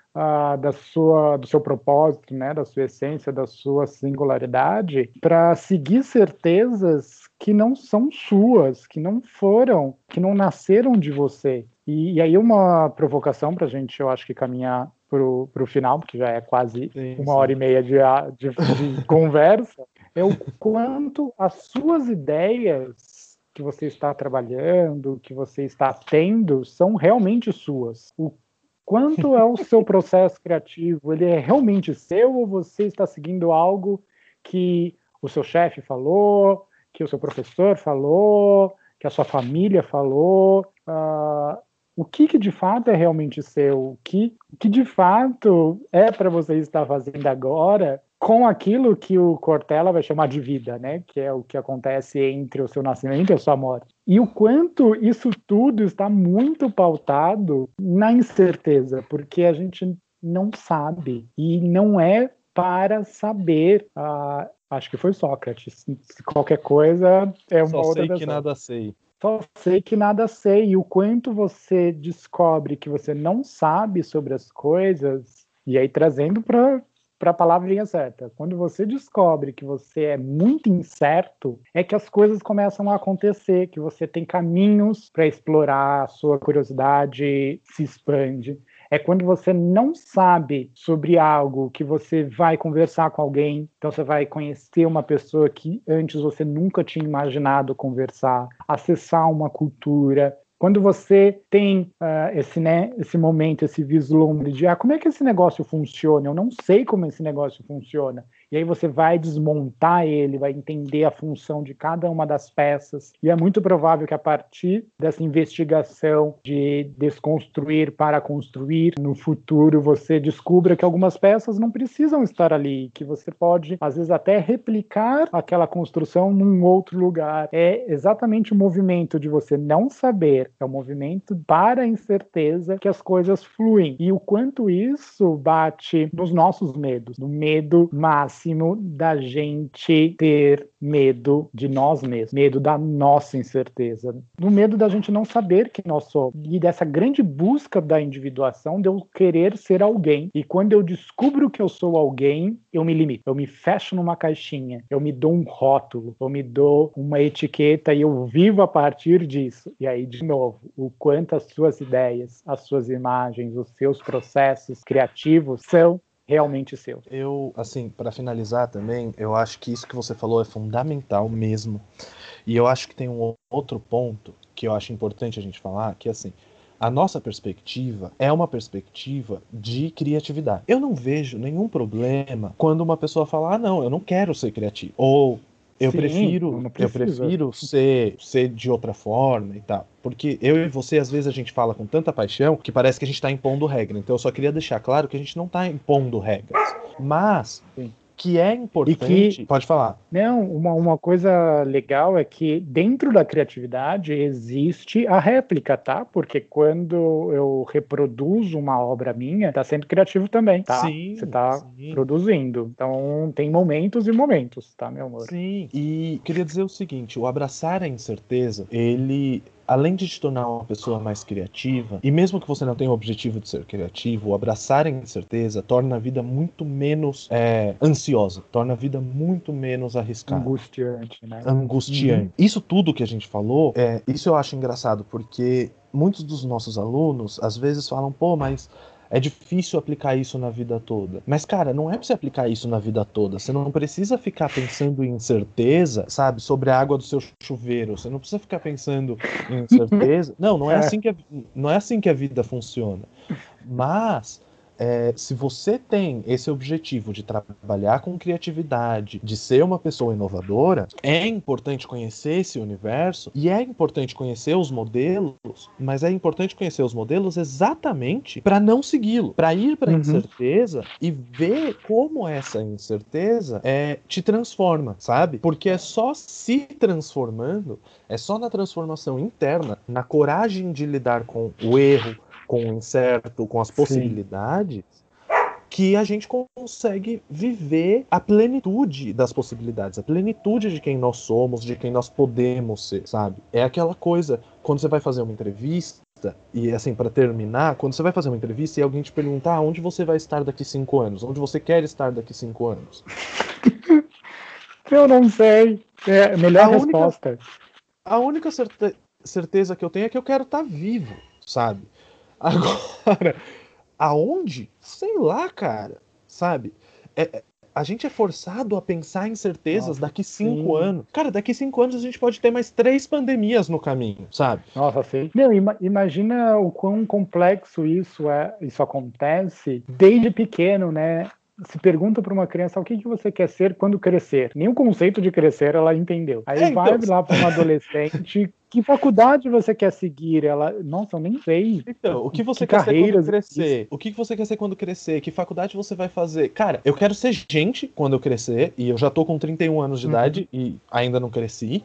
uh, da sua, do seu propósito, né, da sua essência, da sua singularidade, para seguir certezas que não são suas, que não foram, que não nasceram de você. E, e aí uma provocação para a gente, eu acho que caminhar para o final, porque já é quase sim, uma sim. hora e meia de, de, de conversa, é o quanto as suas ideias que você está trabalhando, que você está tendo, são realmente suas. O quanto é o seu processo criativo, ele é realmente seu ou você está seguindo algo que o seu chefe falou, que o seu professor falou, que a sua família falou? Uh, o que, que de fato é realmente seu? O que, que de fato é para você estar fazendo agora com aquilo que o Cortella vai chamar de vida, né? Que é o que acontece entre o seu nascimento e a sua morte. E o quanto isso tudo está muito pautado na incerteza, porque a gente não sabe e não é para saber. Uh, acho que foi Sócrates. Se qualquer coisa é uma Só outra sei pessoa. que nada sei. Só sei que nada sei. E o quanto você descobre que você não sabe sobre as coisas, e aí trazendo para para a palavrinha certa. Quando você descobre que você é muito incerto, é que as coisas começam a acontecer, que você tem caminhos para explorar, a sua curiosidade se expande. É quando você não sabe sobre algo que você vai conversar com alguém, então você vai conhecer uma pessoa que antes você nunca tinha imaginado conversar, acessar uma cultura. Quando você tem uh, esse, né, esse momento, esse vislumbre de ah, como é que esse negócio funciona? Eu não sei como esse negócio funciona. E aí você vai desmontar ele, vai entender a função de cada uma das peças. E é muito provável que a partir dessa investigação de desconstruir para construir, no futuro você descubra que algumas peças não precisam estar ali, que você pode, às vezes, até replicar aquela construção num outro lugar. É exatamente o movimento de você não saber, é o movimento para a incerteza que as coisas fluem. E o quanto isso bate nos nossos medos, no medo máximo da gente ter medo de nós mesmos, medo da nossa incerteza, no medo da gente não saber quem nós somos e dessa grande busca da individuação de eu querer ser alguém. E quando eu descubro que eu sou alguém, eu me limito, eu me fecho numa caixinha, eu me dou um rótulo, eu me dou uma etiqueta e eu vivo a partir disso. E aí, de novo, o quanto as suas ideias, as suas imagens, os seus processos criativos são realmente seu. Eu, assim, para finalizar também, eu acho que isso que você falou é fundamental mesmo. E eu acho que tem um outro ponto que eu acho importante a gente falar, que é assim, a nossa perspectiva é uma perspectiva de criatividade. Eu não vejo nenhum problema quando uma pessoa fala, ah, não, eu não quero ser criativo. Ou eu Sim, prefiro, eu prefiro ser, ser de outra forma e tal. Porque eu e você, às vezes, a gente fala com tanta paixão que parece que a gente está impondo regra. Então eu só queria deixar claro que a gente não está impondo regras. Mas Sim. que é importante... Que, pode falar. Não, uma, uma coisa legal é que dentro da criatividade existe a réplica, tá? Porque quando eu reproduzo uma obra minha, tá sendo criativo também, tá? Sim, Você tá sim. produzindo. Então tem momentos e momentos, tá, meu amor? Sim, e queria dizer o seguinte, o abraçar a incerteza, ele... além de te tornar uma pessoa mais criativa, e mesmo que você não tenha o objetivo de ser criativo, o abraçar a incerteza torna a vida muito menos é, ansiosa, torna a vida muito menos arriscada. Angustiante, né? Angustiante. Uhum. Isso tudo que a gente falou, é, isso eu acho engraçado, porque muitos dos nossos alunos, às vezes falam, pô, mas... é difícil aplicar isso na vida toda. Mas, cara, não é pra você aplicar isso na vida toda. Você não precisa ficar pensando em incerteza, sabe, sobre a água do seu chuveiro. Você não precisa ficar pensando em incerteza. Não, não é, assim que a, não é assim que a vida funciona. Mas... É, se você tem esse objetivo de trabalhar com criatividade, de ser uma pessoa inovadora, é importante conhecer esse universo e é importante conhecer os modelos, mas é importante conhecer os modelos exatamente para não segui-lo, para ir para a uhum. incerteza e ver como essa incerteza é, te transforma, sabe? Porque é só se transformando, é só na transformação interna, na coragem de lidar com o erro, com o incerto, com as possibilidades, Sim. que a gente consegue viver a plenitude das possibilidades, a plenitude de quem nós somos, de quem nós podemos ser, sabe? É aquela coisa, quando você vai fazer uma entrevista, e assim, para terminar, quando você vai fazer uma entrevista e alguém te perguntar ah, onde você vai estar daqui cinco anos, onde você quer estar daqui cinco anos? Eu não sei. É a melhor a resposta. Única, a única certe- certeza que eu tenho é que eu quero estar vivo, sabe? Agora, aonde? Sei lá, cara, sabe? É, a gente é forçado a pensar em certezas Nossa, daqui cinco sim. anos. Cara, daqui cinco anos a gente pode ter mais três pandemias no caminho, sabe? Nossa, sim. Não, ima- imagina o quão complexo isso é, isso acontece desde pequeno, né? Se pergunta para uma criança o que, que você quer ser quando crescer. Nem o conceito de crescer ela entendeu. Aí é, vai então... lá para uma adolescente. Que faculdade você quer seguir? Ela, nossa, eu nem sei. Então, o que você que quer ser quando crescer? Isso? O que você quer ser quando crescer? Que faculdade você vai fazer? Cara, eu quero ser gente quando eu crescer, e eu já tô com trinta e um anos de uhum. idade e ainda não cresci.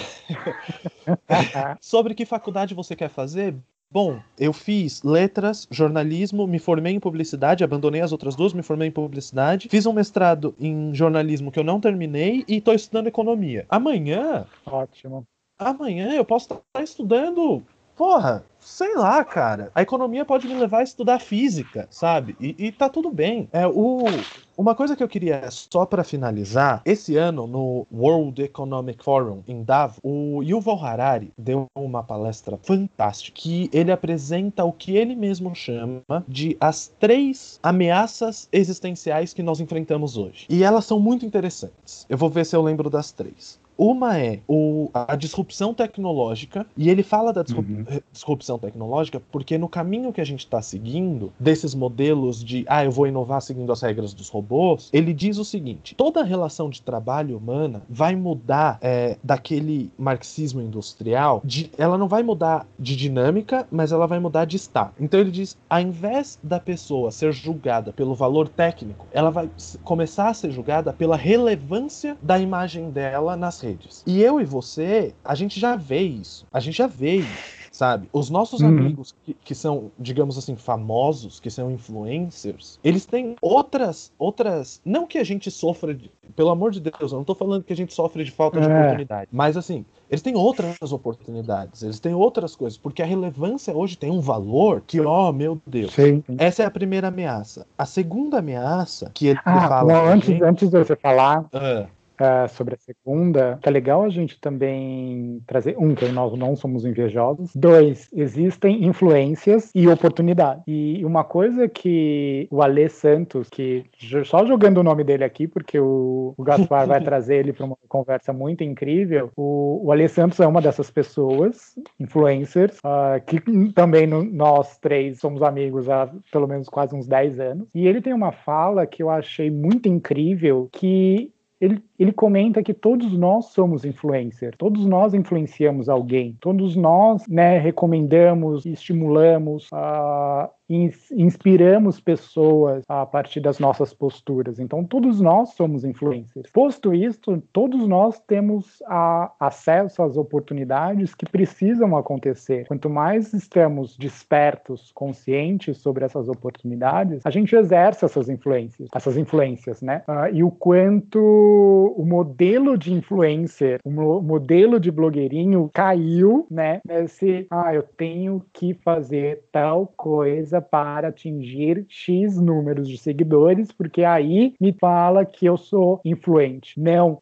Sobre que faculdade você quer fazer? Bom, eu fiz letras, jornalismo, me formei em publicidade, abandonei as outras duas, me formei em publicidade, fiz um mestrado em jornalismo que eu não terminei e tô estudando economia. Amanhã... Ótimo. Amanhã eu posso estar estudando, porra, sei lá, cara. A economia pode me levar a estudar física, sabe? E, e tá tudo bem. É, o, uma coisa que eu queria, só para finalizar, esse ano no World Economic Forum em Davos, o Yuval Harari deu uma palestra fantástica que ele apresenta o que ele mesmo chama de as três ameaças existenciais que nós enfrentamos hoje. E elas são muito interessantes. Eu vou ver se eu lembro das três. Uma é o, a disrupção tecnológica, e ele fala da disrup, uhum. disrupção tecnológica porque no caminho que a gente está seguindo, desses modelos de, ah, eu vou inovar seguindo as regras dos robôs, ele diz o seguinte, toda a relação de trabalho humana vai mudar é, daquele marxismo industrial, de, ela não vai mudar de dinâmica, mas ela vai mudar de estado. Então ele diz, ao invés da pessoa ser julgada pelo valor técnico, ela vai começar a ser julgada pela relevância da imagem dela nas redes. E eu e você, a gente já vê isso. A gente já vê isso, sabe? Os nossos uhum. amigos que, que são, digamos assim, famosos, que são influencers, eles têm outras, outras... Não que a gente sofra, de, pelo amor de Deus, eu não tô falando que a gente sofre de falta é. de oportunidade, mas assim, eles têm outras oportunidades, eles têm outras coisas, porque a relevância hoje tem um valor que, ó, oh, meu Deus. Sim. Essa é a primeira ameaça. A segunda ameaça, que ele ah, fala... Bom, antes, gente... antes de você falar... Ah. Uh, sobre a segunda, é legal a gente também trazer, um, que nós não somos invejosos, dois, existem influências e oportunidades. E uma coisa que o Alê Santos, que só jogando o nome dele aqui, porque o, o Gaspar vai trazer ele para uma conversa muito incrível, o, o Alê Santos é uma dessas pessoas, influencers, uh, que também no, nós três somos amigos há pelo menos quase uns dez anos, e ele tem uma fala que eu achei muito incrível, que Ele, ele comenta que todos nós somos influencers, todos nós influenciamos alguém, todos nós, né, recomendamos, estimulamos, uh, ins, inspiramos pessoas a partir das nossas posturas. Então, todos nós somos influencers. Posto isto, todos nós temos a, acesso às oportunidades que precisam acontecer. Quanto mais estamos despertos, conscientes sobre essas oportunidades, a gente exerce essas influências, essas influências, né? Uh, e o quanto o modelo de influencer, o modelo de blogueirinho caiu, né? Nesse, ah, eu tenho que fazer tal coisa para atingir X números de seguidores, porque aí me fala que eu sou influente. Não,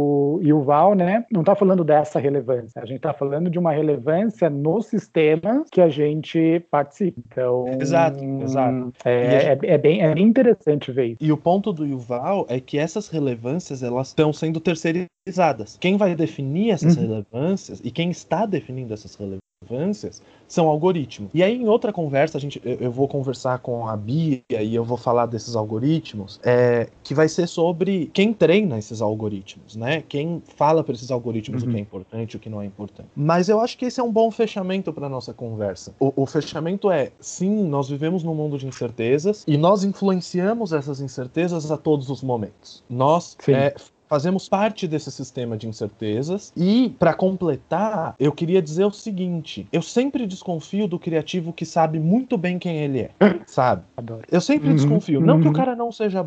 o Yuval, né, não está falando dessa relevância. A gente está falando de uma relevância no sistema que a gente participa. Então, exato, exato. É, gente... é, é, bem, é bem interessante ver isso. E o ponto do Yuval é que essas relevâncias, elas estão sendo terceirizadas. Quem vai definir essas uhum. relevâncias e quem está definindo essas relevâncias são algoritmos. E aí, em outra conversa, a gente, eu vou conversar com a Bia e eu vou falar desses algoritmos, é, que vai ser sobre quem treina esses algoritmos, né? Quem fala para esses algoritmos uhum. o que é importante e o que não é importante. Mas eu acho que esse é um bom fechamento para nossa conversa. O, o fechamento é, sim, nós vivemos num mundo de incertezas e nós influenciamos essas incertezas a todos os momentos. Nós... É, fazemos parte desse sistema de incertezas e, para completar, eu queria dizer o seguinte, eu sempre desconfio do criativo que sabe muito bem quem ele é, sabe? Adoro. Eu sempre uhum, desconfio, uhum. não que o cara não seja bom,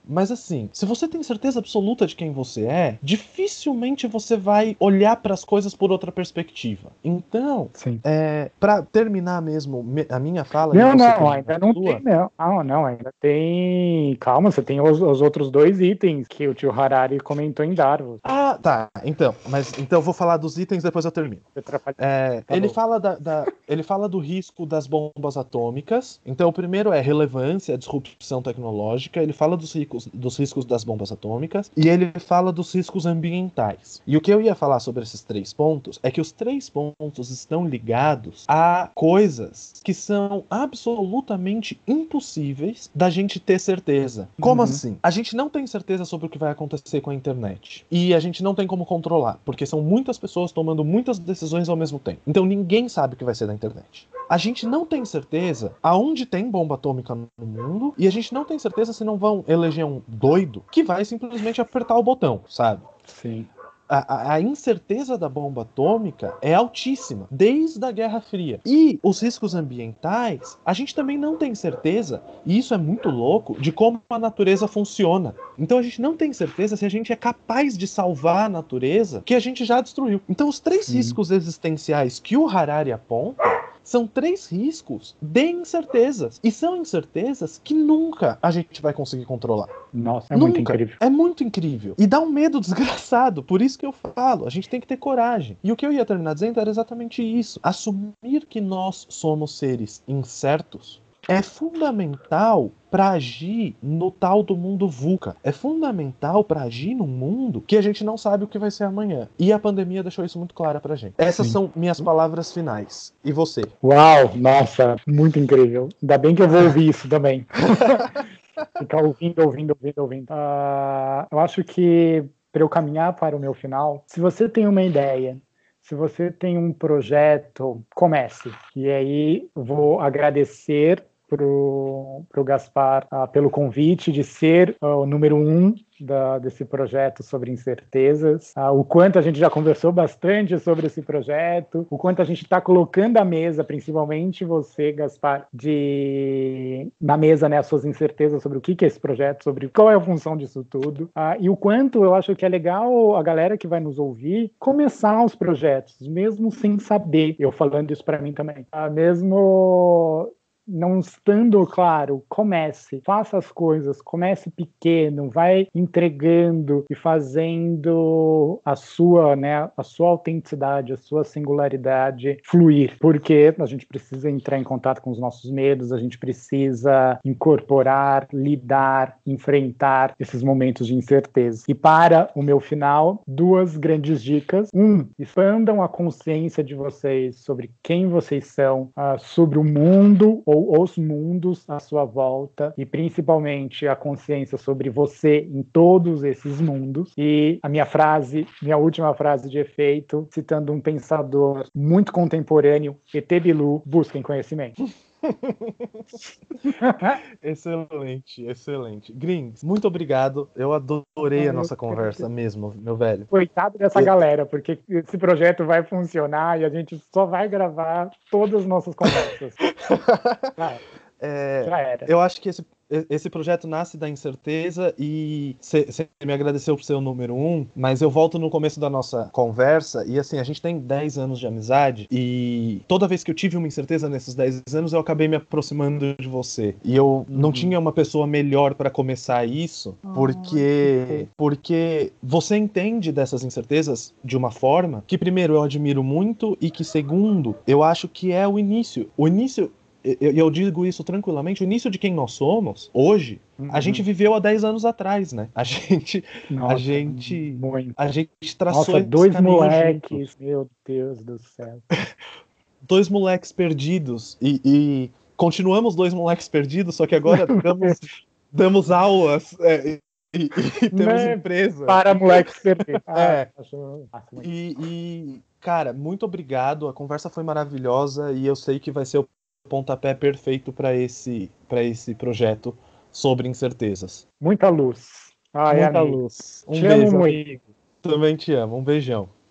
Mas assim, se você tem certeza absoluta de quem você é, dificilmente você vai olhar para as coisas por outra perspectiva. Então, Sim. é, para terminar mesmo me- a minha fala... Não, e você não, terminar ainda a não sua, tem, não. Ah, não, ainda tem. Calma, você tem os, os outros dois itens que o tio Harari comentou em Darwin. Ah, tá. Então, mas então eu vou falar dos itens, depois eu termino. Você atrapalha- É, Tá ele, bom. fala da, da- ele fala do risco das bombas atômicas. Então, o primeiro é relevância, disrupção tecnológica. Ele fala dos riscos, dos riscos das bombas atômicas. E ele fala dos riscos ambientais. E o que eu ia falar sobre esses três pontos é que os três pontos estão ligados a coisas que são absolutamente impossíveis da gente ter certeza. Como Uhum. assim? A gente não tem certeza sobre o que vai acontecer com a internet. E a gente não tem como controlar, porque são muitas pessoas tomando muitas decisões ao mesmo tempo. Então ninguém sabe o que vai ser da internet. A gente não tem certeza aonde tem bomba atômica no mundo, e a gente não tem certeza se não vão eleger um doido que vai simplesmente apertar o botão, sabe? Sim. A, a, a incerteza da bomba atômica é altíssima, desde a Guerra Fria. E os riscos ambientais, a gente também não tem certeza, e isso é muito louco, de como a natureza funciona. Então a gente não tem certeza se a gente é capaz de salvar a natureza que a gente já destruiu. Então os três Sim. riscos existenciais que o Harari aponta são três riscos de incertezas. E são incertezas que nunca a gente vai conseguir controlar. Nossa, é Nunca. muito incrível. É muito incrível. E dá um medo desgraçado. Por isso que eu falo, a gente tem que ter coragem. E o que eu ia terminar dizendo era exatamente isso. Assumir que nós somos seres incertos é fundamental para agir no tal do mundo VUCA. É fundamental para agir num mundo que a gente não sabe o que vai ser amanhã. E a pandemia deixou isso muito claro pra gente. Essas Sim. são minhas palavras finais. E você? Uau, nossa, muito incrível. Ainda bem que eu vou ouvir isso também. Ficar ouvindo, ouvindo, ouvindo, ouvindo. Ah, eu acho que para eu caminhar para o meu final, se você tem uma ideia, se você tem um projeto, comece. E aí eu vou agradecer pro, pro Gaspar uh, pelo convite de ser uh, o número um da, desse projeto sobre incertezas, uh, o quanto a gente já conversou bastante sobre esse projeto, o quanto a gente está colocando à mesa, principalmente você, Gaspar, de, na mesa, né, as suas incertezas sobre o que, que é esse projeto, sobre qual é a função disso tudo, uh, e o quanto eu acho que é legal a galera que vai nos ouvir começar os projetos, mesmo sem saber, eu falando isso para mim também, uh, mesmo não estando claro, comece, faça as coisas, comece pequeno, vai entregando e fazendo a sua, né, a sua autenticidade, a sua singularidade fluir, porque a gente precisa entrar em contato com os nossos medos, a gente precisa incorporar, lidar, enfrentar esses momentos de incerteza. E para o meu final, duas grandes dicas. Um, expandam a consciência de vocês sobre quem vocês são, uh, sobre o mundo ou os mundos à sua volta e principalmente a consciência sobre você em todos esses mundos. E a minha frase, minha última frase de efeito, citando um pensador muito contemporâneo, E T Bilu, busquem conhecimento. Excelente, excelente. Grings, muito obrigado. Eu adorei a nossa conversa mesmo, meu velho. Coitado dessa Eu... galera, porque esse projeto vai funcionar e a gente só vai gravar todas as nossas conversas. Ah, é, já era. Eu acho que esse, esse projeto nasce da incerteza e você me agradeceu por ser o número um, mas eu volto no começo da nossa conversa e assim, a gente tem dez anos de amizade e toda vez que eu tive uma incerteza nesses dez anos, eu acabei me aproximando de você. E eu uhum. não tinha uma pessoa melhor para começar isso, porque, porque você entende dessas incertezas de uma forma que, primeiro, eu admiro muito e que, segundo, eu acho que é o início. O início... E eu, eu digo isso tranquilamente, o início de quem nós somos, hoje, uhum. a gente viveu há dez anos atrás, né? A gente... Nossa, a gente... muito. A gente traçou Nossa, dois esse caminho moleques, juntos. meu Deus do céu. Dois moleques perdidos e, e continuamos dois moleques perdidos, só que agora damos, damos aulas é, e, e temos né? empresa. Para moleques perdidos. Ah, é. acho... e, e, cara, muito obrigado, a conversa foi maravilhosa e eu sei que vai ser o pontapé perfeito para esse, para esse projeto sobre incertezas. Muita luz. Ai, Muita amigo. luz. Um te beijo, amo amigo. muito. Também te amo. Um beijão.